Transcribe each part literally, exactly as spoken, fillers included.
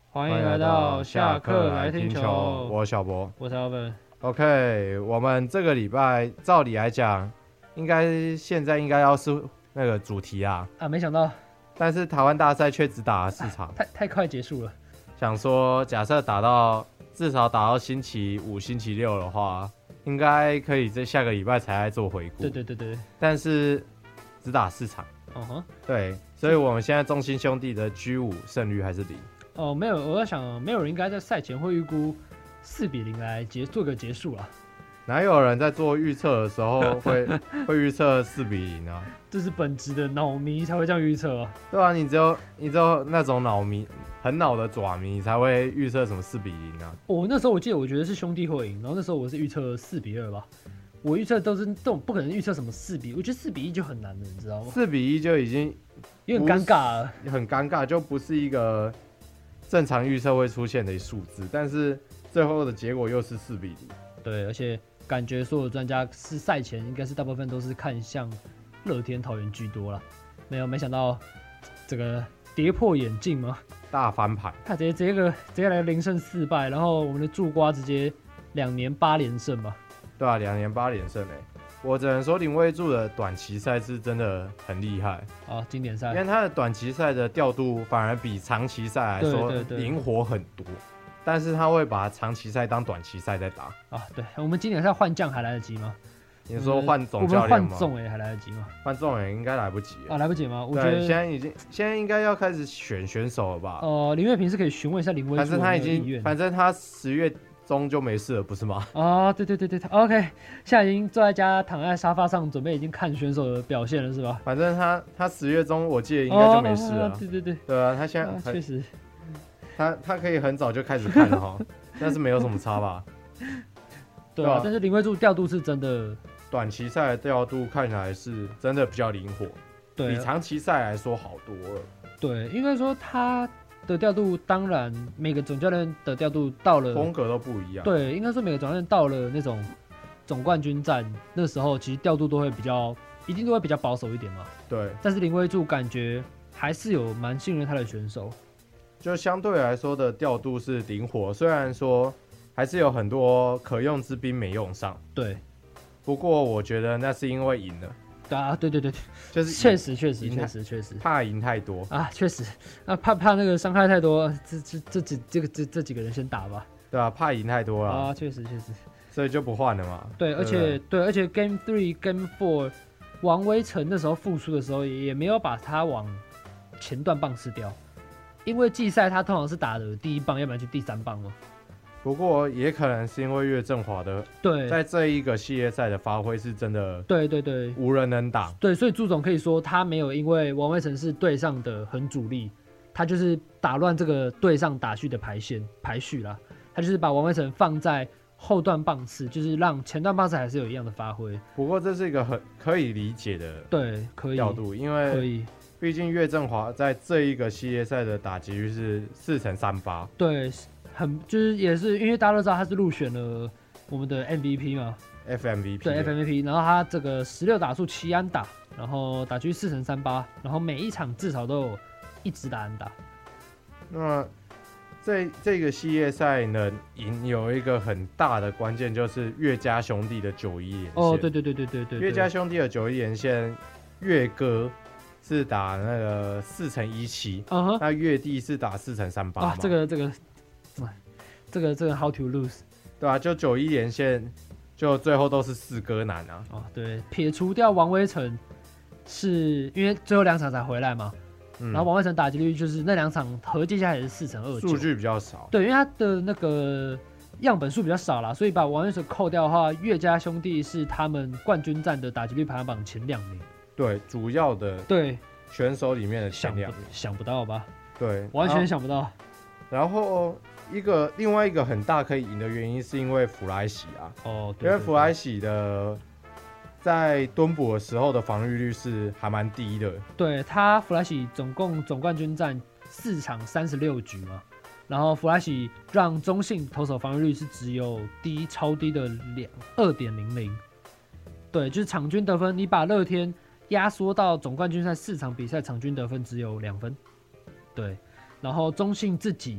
欢迎来到下课来听球， 我是小博， 我是 Alvin。 OK， 我们这个礼拜照理来讲，应该现在应该要是那个主题啊， 啊，没想到， 但是台湾大赛却只打了四场， 啊、太太快结束了。 想说，假设打到至少打到星期五、星期六的话，应该可以在下个礼拜才来做回顾。 对对对对。 但是只打四场， 嗯哼。 对，所以我们现在中信兄弟的 G 五胜率还是零。 哦，没有，我在想，没有人应该在赛前会预估四比零来结做个结束啊。 哪有人在做预测的时候会会预测四比零啊？ 这是本质的脑迷才会这样预测啊。 对啊，你只有你只有那种脑迷很脑的爪迷，你才会预测什么四比零啊。 我、哦、那时候我记得，我觉得是兄弟会赢，然后那时候我是预测四比二吧。我预测都是这种不可能预测什么四比，我觉得四比一就很难了，你知道吗？ 四比一就已经有点尴尬了， 很尴尬，就不是一个正常预测会出现的数字，但是最后的结果又是四比零。 对，而且感觉所有专家是赛前应该是大部分都是看向乐天桃园居多了，没有没想到这个跌破眼镜吗？ 大翻盘， 他直接直接个直接来零胜四败，然后我们的驻瓜直接两年八连胜吧。 对啊，两年八连胜哎，我只能说林威柱的短期赛是真的很厉害啊，经典赛， 因为他的短期赛的调度反而比长期赛来说灵活很多，但是他会把长期赛当短期赛在打啊。对，我们经典赛换将还来得及吗？ 你说换总教练吗？ 我们换总也还来得及吗？ 换总也应该来不及啊，来不及吗？我觉得现在已经现在应该要开始选选手了吧？ 哦、呃，林岳平是可以询问一下林威柱， 反正他已经，反正他十月中就没事了，不是吗？ 哦，对对对对 ，OK， 现在已经坐在家躺在沙发上，准备已经看选手的表现了，是吧？ 反正他他十月中我记得应该就没事了。 哦、对对对， 对啊，他现在确、啊、实， 他他可以很早就开始看了哈，但是没有什么差吧？ 对啊，但是林威柱调度是真的， 短期赛的调度看起来是真的比较灵活， 对， 比长期赛来说好多了。 对，应该说他的调度，当然每个总教练的调度到了风格都不一样。 对，应该说每个总教练到了那种总冠军战那时候，其实调度都会比较，一定都会比较保守一点嘛。 对， 但是林威柱感觉还是有蛮信任他的选手， 就相对来说的调度是灵活，虽然说还是有很多可用之兵没用上。 对， 不过我觉得那是因为赢了。 啊，对对对， 就是确实确实确实确实怕赢太多啊，确实啊，怕怕那个伤害太多，这这这几这个这这几个人先打吧， 对啊，怕赢太多了啊，确实确实， 所以就不换了嘛。 对，而且 对, 对，而且 Game Three Game Four， 王威成那时候复出的时候也没有把他往前段棒吃掉，因为季赛他通常是打的第一棒，要不然就第三棒嘛。 不过也可能是因为岳振华的对， 在这一个系列赛的发挥是真的， 对对对， 无人能挡。 对，所以祝总可以说他没有因为王威成是队上的很主力，他就是打乱这个队上打序的排线排序啦。他就是把王威成放在后段棒次，就是让前段棒次还是有一样的发挥。 不过这是一个很可以理解的对，可以调度，因为可以， 毕竟岳振华在这一个系列赛的打击率是四乘三八。 对。很就是也是因为大家都知道他是入选了我们的 M V P 嘛 ，F M V P 对 F M V P， 然后他这个十六打数七安打，然后打局四乘三八，然后每一场至少都有一支打安打。 那这这个系列赛能赢有一个很大的关键就是岳家兄弟的九一连线。 哦，对对对对对对， 岳家兄弟的九一连线，岳哥是打那个四乘一七，那岳弟是打四乘三八。 啊，这个这个。这个这个 how to lose， 对啊，就九一连线，就最后都是四哥难啊。 哦，对，撇除掉王威成，是因为最后两场才回来嘛，嗯、然后王威成打击率就是那两场合计下来也是四成二九， 数据比较少。 对，因为他的那个样本数比较少啦，所以把王威成扣掉的话，岳家兄弟是他们冠军战的打击率排行榜前两名。 对，主要的对选手里面的前两名， 想不到吧？ 对， 完全想不到。 然后。一个另外一个很大可以赢的原因，是因为弗莱喜啊， 哦，对对对， 因为弗莱喜的在蹲捕的时候的防御率是还蛮低的。 对他弗莱喜总共总冠军战四场三十六局嘛，然后弗莱喜让中信投手防御率是只有低超低的两二点零零，对，就是场均得分，你把乐天压缩到总冠军赛四场比赛，场均得分只有两分，对，然后中信自己。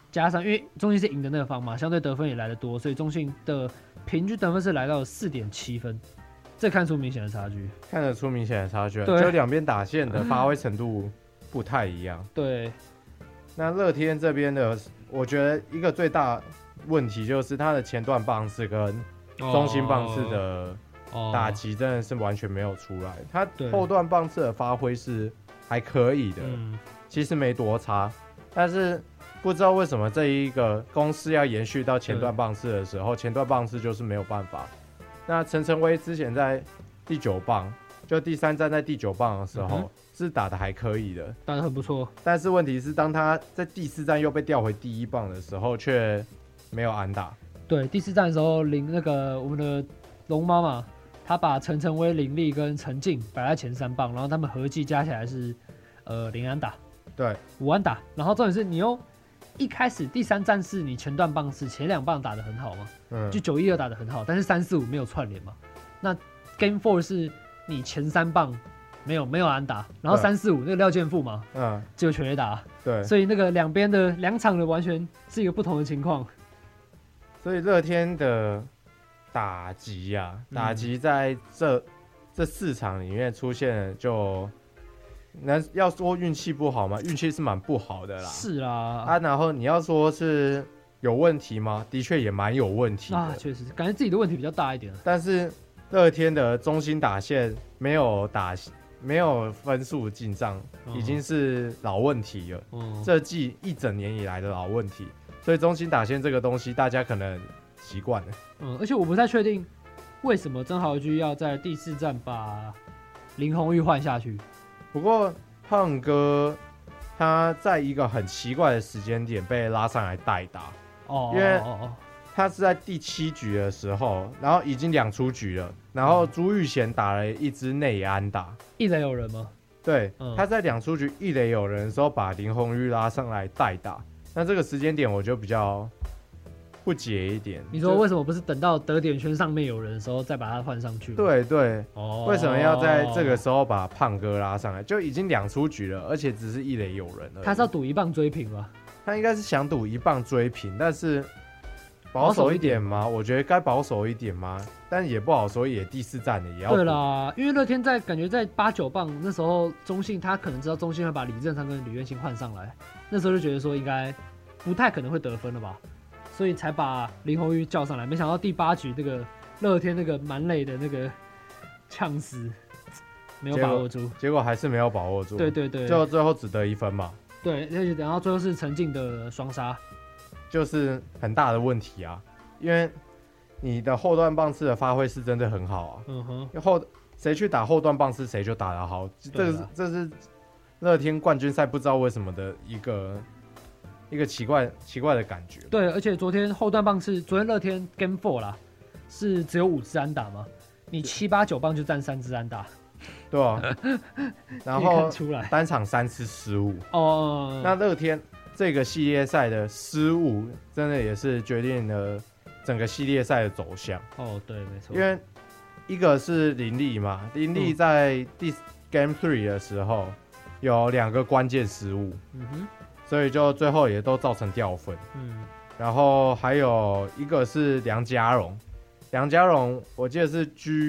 加上因为中信是赢的那方嘛，相对得分也来得多，所以中信的平均得分是来到四点七分，这看出明显的差距， 看得出明显的差距， 对就两边打线的发挥程度不太一样。 对， 那乐天这边的，我觉得一个最大问题就是他的前段棒次跟中心棒次的打击真的是完全没有出来，他后段棒次的发挥是还可以的， 嗯、 其实没多差，但是不知道为什么这一个公司要延续到前段棒次的时候，前段棒次就是没有办法。那陈晨威之前在第九棒，就第三站在第九棒的时候、嗯、是打得还可以的， 打得很不错。 但是问题是，当他在第四站又被调回第一棒的时候，却没有安打。 对，第四站的时候，林那个我们的龙妈嘛，他把陈晨威、林立跟陈静摆在前三棒，然后他们合计加起来是呃零安打， 对， 五安打。然后重点是你又一开始第三站是你前段棒是前两棒打得很好嘛，嗯，就九一二打得很好，但是三四五没有串联嘛。那 Game Four 是你前三棒没有没有安打，然后三四五那个廖健富嘛，嗯，只有全垒打， 对， 所以那个两边的两场的完全是一个不同的情况。 所以乐天的打击啊，打击在这、嗯、这四场里面出现就。那要说运气不好吗？运气是蛮不好的啦。 是啊， 啊，然后你要说是有问题吗？的确也蛮有问题的。 啊，确实，感觉自己的问题比较大一点。 但是乐天的中心打线没有打，没有分数进账，嗯、已经是老问题了。嗯，这季一整年以来的老问题，所以中心打线这个东西，大家可能习惯了。 嗯，而且我不太确定为什么曾豪居要在第四站把林泓育换下去。 不过胖哥他在一个很奇怪的时间点被拉上来代打，哦，因为他是在第七局的时候，然后已经两出局了，然后朱玉贤打了一支内安打， 一垒有人吗？ 对，嗯、他在两出局一垒有人的时候把林泓育拉上来代打，那这个时间点我就比较不解一点。 你说为什么不是等到得点圈上面有人的时候再把他换上去？ 对对，哦，为什么要在这个时候把胖哥拉上来？就已经两出局了，而且只是一垒有人而已。 他是要赌一棒追平吗？ 他应该是想赌一棒追平，但是保守一点吗？我觉得该保守一点吗？但也不好说，也第四站的也要。 对啦，因为乐天在感觉在八九棒那时候，中信他可能知道中信会把李正昌跟吕彦青换上来，那时候就觉得说应该不太可能会得分了吧。所以才把林泓育叫上来，没想到第八局这个乐天那个满垒的那个呛死，没有把握住， 结果, 结果还是没有把握住。 对对对， 就最后只得一分嘛。 对，然后最后是陈静的双杀， 就是很大的问题啊，因为你的后段棒次的发挥是真的很好啊。嗯哼，后谁去打后段棒次谁就打得好，这是这是乐天冠军赛不知道为什么的一个。一个奇怪奇怪的感觉。 对，而且昨天后段棒是昨天乐天 Game Four 啦，是只有五支安打嘛，你七八九棒就占三支安打， 对啊，然后单场三次失误哦。那乐天这个系列赛的失误，真的也是决定了整个系列赛的走向。 哦，对，没错。 因为一个是林立嘛，林立在第 Game Three 的时候有两个关键失误。嗯哼。所以就最后也都造成掉分，嗯，然后还有一个是梁家荣，梁家荣我记得是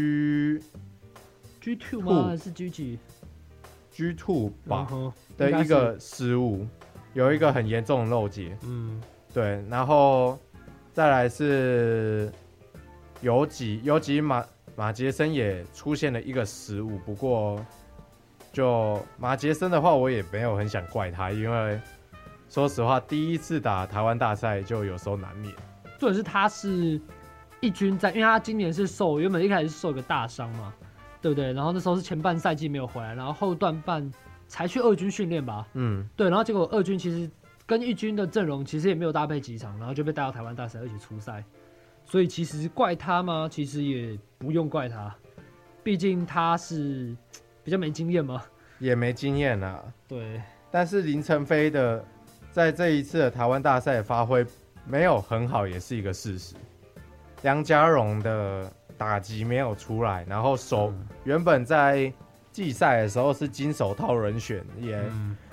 G G two 吗？还是 G G G two 吧、嗯、的一个失误，有一个很严重的漏接，嗯，对，然后再来是游击游击马马杰森也出现了一个失误，不过就马杰森的话，我也没有很想怪他，因为。说实话，第一次打台湾大赛就有时候难免。 重点是他是一军在，因为他今年是受原本一开始是受一个大伤嘛，对不对？然后那时候是前半赛季没有回来，然后后段半才去二军训练吧。嗯，对。然后结果二军其实跟一军的阵容其实也没有搭配几场，然后就被带到台湾大赛，而且出赛。所以其实怪他吗？其实也不用怪他，毕竟他是比较没经验嘛。 也没经验啊。 对。 但是林承飞的。在这一次的台湾大赛的发挥没有很好，也是一个事实。梁家荣的打击没有出来，然后手、嗯、原本在季赛的时候是金手套人选，也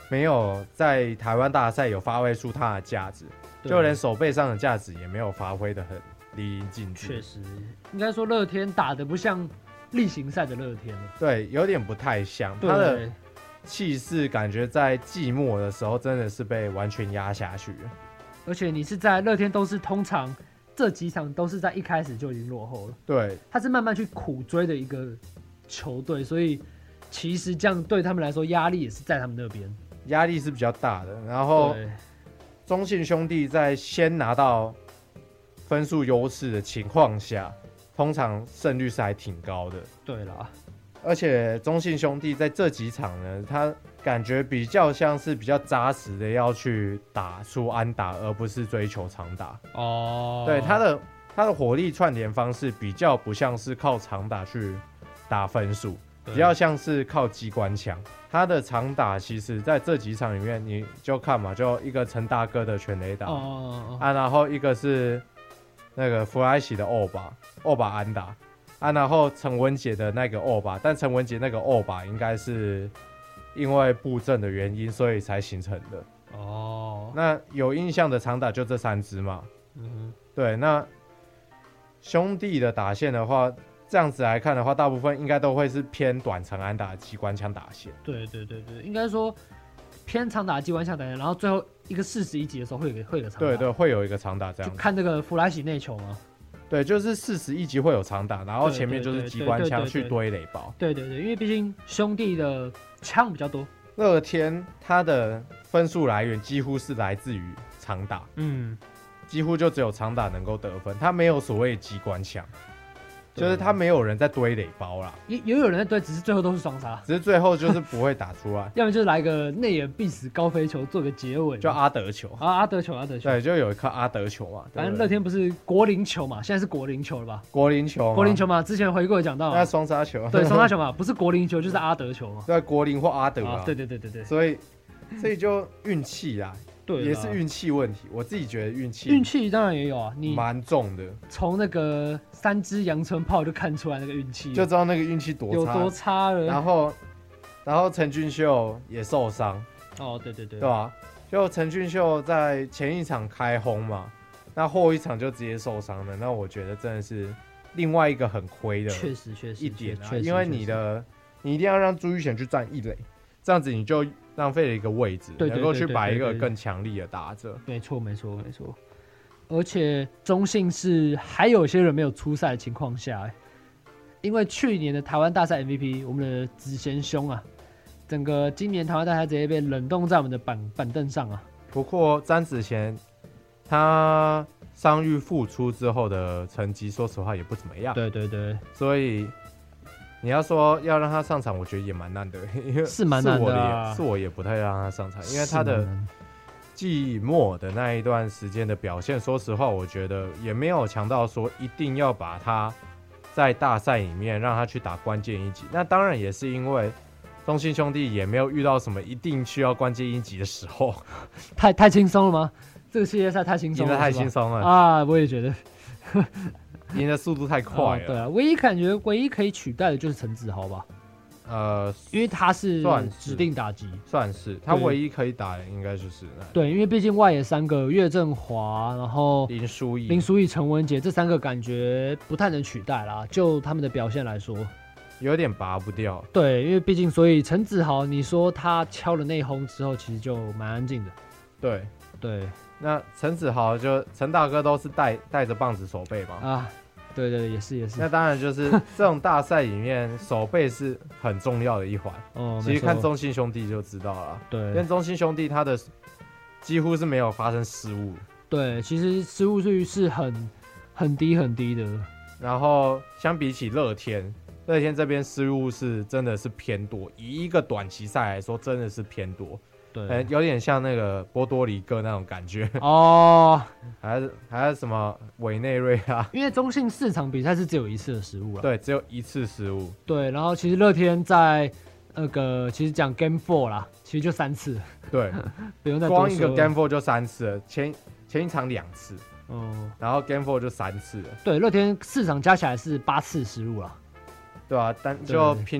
没有在台湾大赛有发挥出它的价值，就连手背上的价值也没有发挥的很淋漓尽致。 确实，应该说乐天打得不像例行赛的乐天了。 对，有点不太像，他的气势感觉在季末的时候真的是被完全压下去了。 而且你是在乐天都是通常这几场都是在一开始就已经落后了， 对， 他是慢慢去苦追的一个球队，所以其实这样对他们来说压力也是在他们那边， 压力是比较大的。然后中信兄弟在先拿到分数优势的情况下，通常胜率是还挺高的。 对啦， 而且中信兄弟在这几场呢，他感觉比较像是比较扎实的要去打出安打，而不是追求长打。哦，对，他的他的火力串联方式比较不像是靠长打去打分数，比较像是靠机关枪。他的长打其实在这几场里面，你就看嘛，就一个陈大哥的全垒打，哦哦哦啊，然后一个是那个弗莱喜的欧巴欧巴安打啊，然后陈文杰的那个欧巴，但陈文杰那个欧巴应该是因为布阵的原因，所以才形成的。哦，那有印象的长打就这三支嘛。嗯哼，对，那兄弟的打线的话，这样子来看的话，大部分应该都会是偏短程安打的机关枪打线。 对对对对，应该说偏长打的机关枪打线，然后最后一个四十一集的时候会有一个会有一个长打。 对对，会有一个长打这样。 就看那个弗莱喜内球吗？ 对，就是四十一集会有长打，然后前面就是机关枪去堆垒包。 对对对，因为毕竟兄弟的枪比较多。 乐天他的分数来源几乎是来自于长打，嗯，几乎就只有长打能够得分，他没有所谓机关枪。就是他没有人在堆垒包啦， 也也有人在堆，只是最后都是双杀， 只是最后就是不会打出来， 要么就是来个内野必死高飞球做个结尾， 就阿德球啊，阿德球，阿德球， 对，就有一颗阿德球嘛。 反正乐天不是国林球嘛，现在是国林球了吧？ 国林球， 国林球嘛，之前回顾有讲到， 那双杀球， 对，双杀球嘛，不是国林球就是阿德球嘛， 对，国林或阿德啊， 对对对对对， 所以所以就运气啦。 对， 也是运气问题。我自己觉得运气， 运气当然也有啊，你蛮重的。 从那个三支阳春炮就看出来那个运气， 就知道那个运气多差有多差了。 然后，然后陈俊秀也受伤。 哦，对对对， 对吧？就陈俊秀在前一场开轰嘛，那后一场就直接受伤了。那我觉得真的是另外一个很亏的， 确实确实一点啊，因为你的你一定要让朱玉贤去站一垒，这样子你就浪费了一个位置，能够去摆一个更强力的打者。 没错，没错，没错。而且中信是还有些人没有出赛的情况下、欸，因为去年的台湾大赛 M V P 我们的子贤兄啊，整个今年台湾大赛直接被冷冻在我们的板板凳上啊。 不过詹子贤他伤愈复出之后的成绩，说实话也不怎么样。 对对对， 所以。你要说要让他上场，我觉得也蛮难的，因为是蛮难的、啊， 是我也不太让他上场，因为他的季末的那一段时间的表现，说实话，我觉得也没有强到说一定要把他在大赛里面让他去打关键一击。那当然也是因为中信兄弟也没有遇到什么一定需要关键一击的时候， 太太轻松了吗？这个系列赛太轻松了， 赢得太轻松了啊！我也觉得。 赢的速度太快了、哦， 对啊，唯一感觉唯一可以取代的就是陈子豪吧， 呃， 因为他是指定打击， 算是他唯一可以打的应该就是对，因为毕竟外野三个岳振华，然后林书义、 林书义、陈文杰这三个感觉不太能取代啦，就他们的表现来说， 有点拔不掉。 对，因为毕竟所以陈子豪，你说他敲了内轰之后，其实就蛮安静的。 对对。 那陈子豪就陈大哥都是带带着棒子守备嘛啊，对对对，也是也是。 那当然就是这种大赛里面守备是很重要的一环。哦，其实看中信兄弟就知道了。 对， 因为中信兄弟他的几乎是没有发生失误。 对，其实失误率是很很低很低的。 然后相比起乐天，乐天这边失误是真的是偏多，以一个短期赛来说，真的是偏多。 对、 欸，有点像那个波多黎各那种感觉哦， 还是还是什么委内瑞拉？ 因为中信四场比赛是只有一次的失误了， 对，只有一次失误。 对，然后其实乐天在那个其实讲 Game Four 啦，其实就三次， 对， 不用再光一个 Game Four 就三次了，前前一场两次，哦，然后 Game Four 就三次了。 对，乐天四场加起来是八次失误了， 对啊，但就平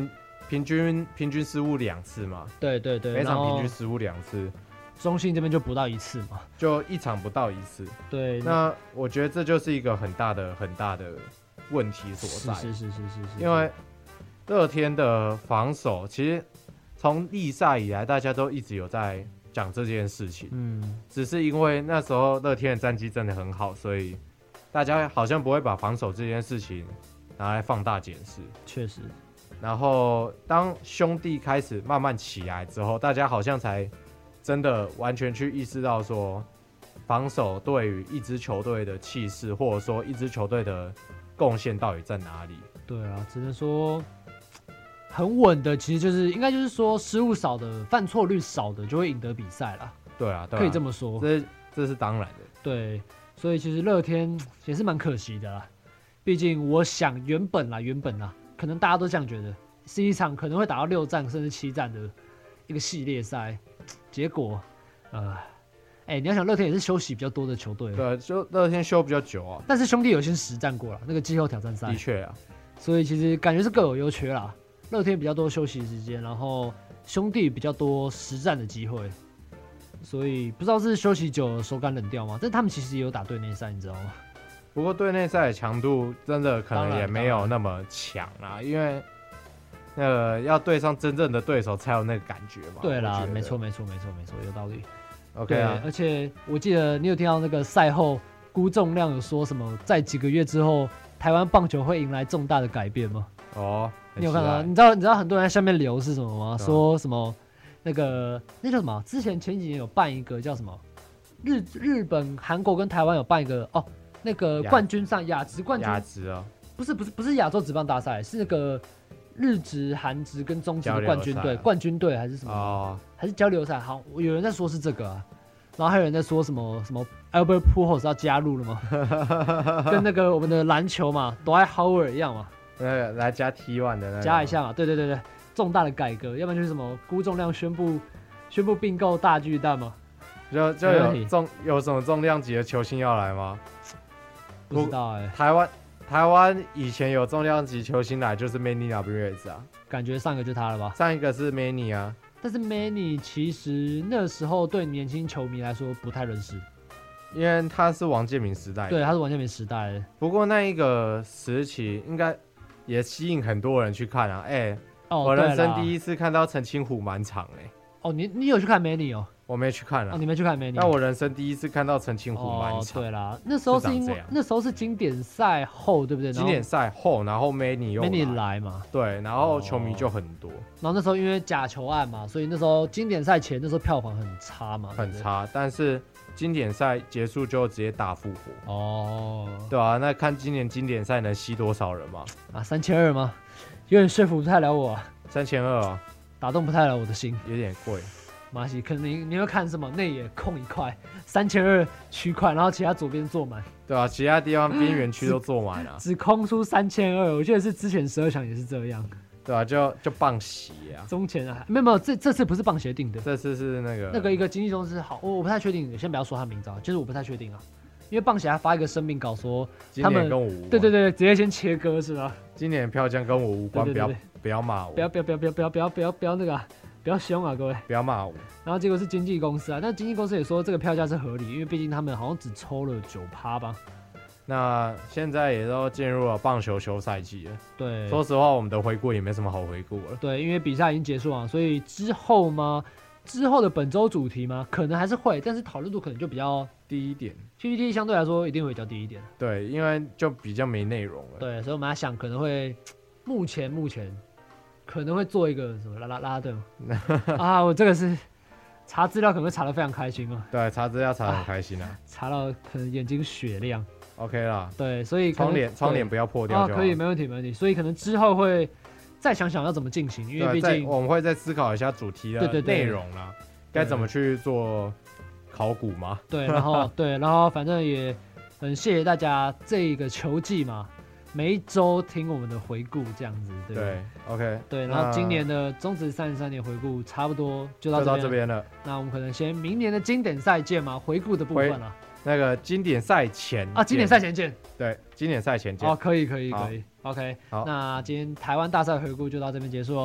平均平均失误两次嘛， 对对对， 每场平均失误两次， 中信这边就不到一次嘛， 就一场不到一次。 对， 那我觉得这就是一个很大的很大的问题所在。 是是是是是是， 因为乐天的防守其实从例赛以来，大家都一直有在讲这件事情，嗯，只是因为那时候乐天的战绩真的很好，所以大家好像不会把防守这件事情拿来放大检视。 确实。 然后当兄弟开始慢慢起来之后，大家好像才真的完全去意识到说，防守对于一支球队的气势，或者说一支球队的贡献到底在哪里。 对啊，只能说很稳的，其实就是应该就是说失误少的、犯错率少的就会赢得比赛啦。 对啊，对啊， 可以这么说， 这这是当然的。 对，所以其实乐天也是蛮可惜的啦。毕竟我想原本啦，原本啦。可能大家都这样觉得，是一场可能会打到六战甚至七战的一个系列赛，结果，呃，哎、欸，你要想乐天也是休息比较多的球队， 对，就乐天休比较久啊。 但是兄弟有先实战过了，那个季后挑战赛， 的确啊， 所以其实感觉是各有优缺啦。乐天比较多休息时间，然后兄弟比较多实战的机会，所以不知道是休息久了手感冷掉吗？但他们其实也有打队内赛，你知道吗？ 不过队内赛的强度真的可能也没有那么强啦，因为那个要对上真正的对手才有那个感觉嘛。 对啦，没错没错没错没错，有道理。 OK 啊， 而且我记得你有听到那个赛后辜仲亮有说什么，在几个月之后，台湾棒球会迎来重大的改变吗？ 哦， 你有看到？你知道你知道很多人在下面留是什么吗？说什么那个那叫什么？之前前几年有办一个叫什么日日本、韩国跟台湾有办一个哦。那个冠军赛亚职冠军， 亚职啊， 不是不是不是亚洲职棒大赛，是那个日职、韩职跟中职的冠军队，冠军队还是什么？哦，还是交流赛？好，有人在说是这个啊，然后还有人在说什么什么 Albert Pujols 要加入了吗？跟那个我们的篮球嘛 ，Dwight Howard 一样嘛， 那个来加 T 一 的那个， 加一下嘛，对对对对，重大的改革，要不然就是什么辜仲亮宣布宣布并购大巨蛋嘛， 就就有重有什么重量级的球星要来吗？ 不知道哎、欸， 台湾台湾以前有重量级球星来，就是 Manny Ramirez 啊， 感觉上一个就他了吧？ 上一个是 Manny 啊， 但是 Manny 其实那时候对年轻球迷来说不太认识， 因为他是王建民时代的， 对，他是王建民时代的。 不过那一个时期应该也吸引很多人去看啊，哎、欸哦，我人生第一次看到陈清湖满场哎、欸， 哦，你你有去看 Manny 哦？ 我没去看了、啊哦，你没去看 Manny， 但我人生第一次看到陈清湖满场。 哦，对啦，那时候是因为那时候是经典赛后，对不对？ 经典赛后，然后 Manny 又 Manny 来嘛， 对，然后球迷就很多。哦、 然后那时候因为假球案嘛，所以那时候经典赛前那时候票房很差嘛， 很差。对对，但是经典赛结束就直接大复活。哦，对啊，那看今年经典赛能吸多少人嘛？ 啊，三千二吗？有点说服不太了我、啊。 三千二啊， 打动不太了我的心， 有点贵。 马西，可能你你会看什么内野空一块，三千二区块，然后其他左边坐满， 对啊，其他地方边缘区都坐满了、啊， 只空出三千二，我记得是之前十二强也是这样， 对啊，就就棒协啊， 中前啊，没有没有，这这次不是棒协定的， 这次是那个那个一个经纪公司好，我我不太确定，先不要说他名字啊，就是我不太确定啊，因为棒协还发一个声明稿说， 今年跟我无关， 对对对，直接先切割是吧？ 今年票价跟我无关，对对对对，不要不要骂我， 不要不要不要不要不要不要不要不要那个、啊。不要凶啊，各位！ 不要骂我。 然后结果是经纪公司啊，但经纪公司也说这个票价是合理，因为毕竟他们好像只抽了九趴吧。 那现在也都进入了棒球休赛季了。 对， 说实话，我们的回顾也没什么好回顾了。 对，因为比赛已经结束了，所以之后吗？之后的本周主题吗？可能还是会，但是讨论度可能就比较低一点。 P P T 相对来说一定会比较低一点。 对，因为就比较没内容了。 对，所以我们在想可能会，目前目前。可能会做一个什么啦啦啦队啊！我这个是查资料，可能会查得非常开心哦。 对，查资料查得很开心啊， 查到可能眼睛雪亮。 OK 啦， 对，所以窗帘窗帘不要破掉就好。 啊，可以，没问题，没问题。所以可能之后会再想想要怎么进行，因为毕竟我们会再思考一下主题的内容啦，该怎么去做考古嘛。 对，然后对，然后反正也很谢谢大家这个球季嘛。每一周听我们的回顾这样子，对对 ，OK， 对，然后今年的中职三十三年回顾差不多就到这 边, 就到这边了。 那我们可能先明年的经典赛见嘛，回顾的部分了。 那个经典赛前啊，经典赛前见。 对，经典赛前见。 哦，可以可以可以 ，OK。好，那今天台湾大赛回顾就到这边结束哦。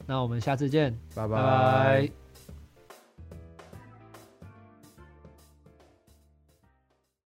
那我们下次见， 拜拜拜。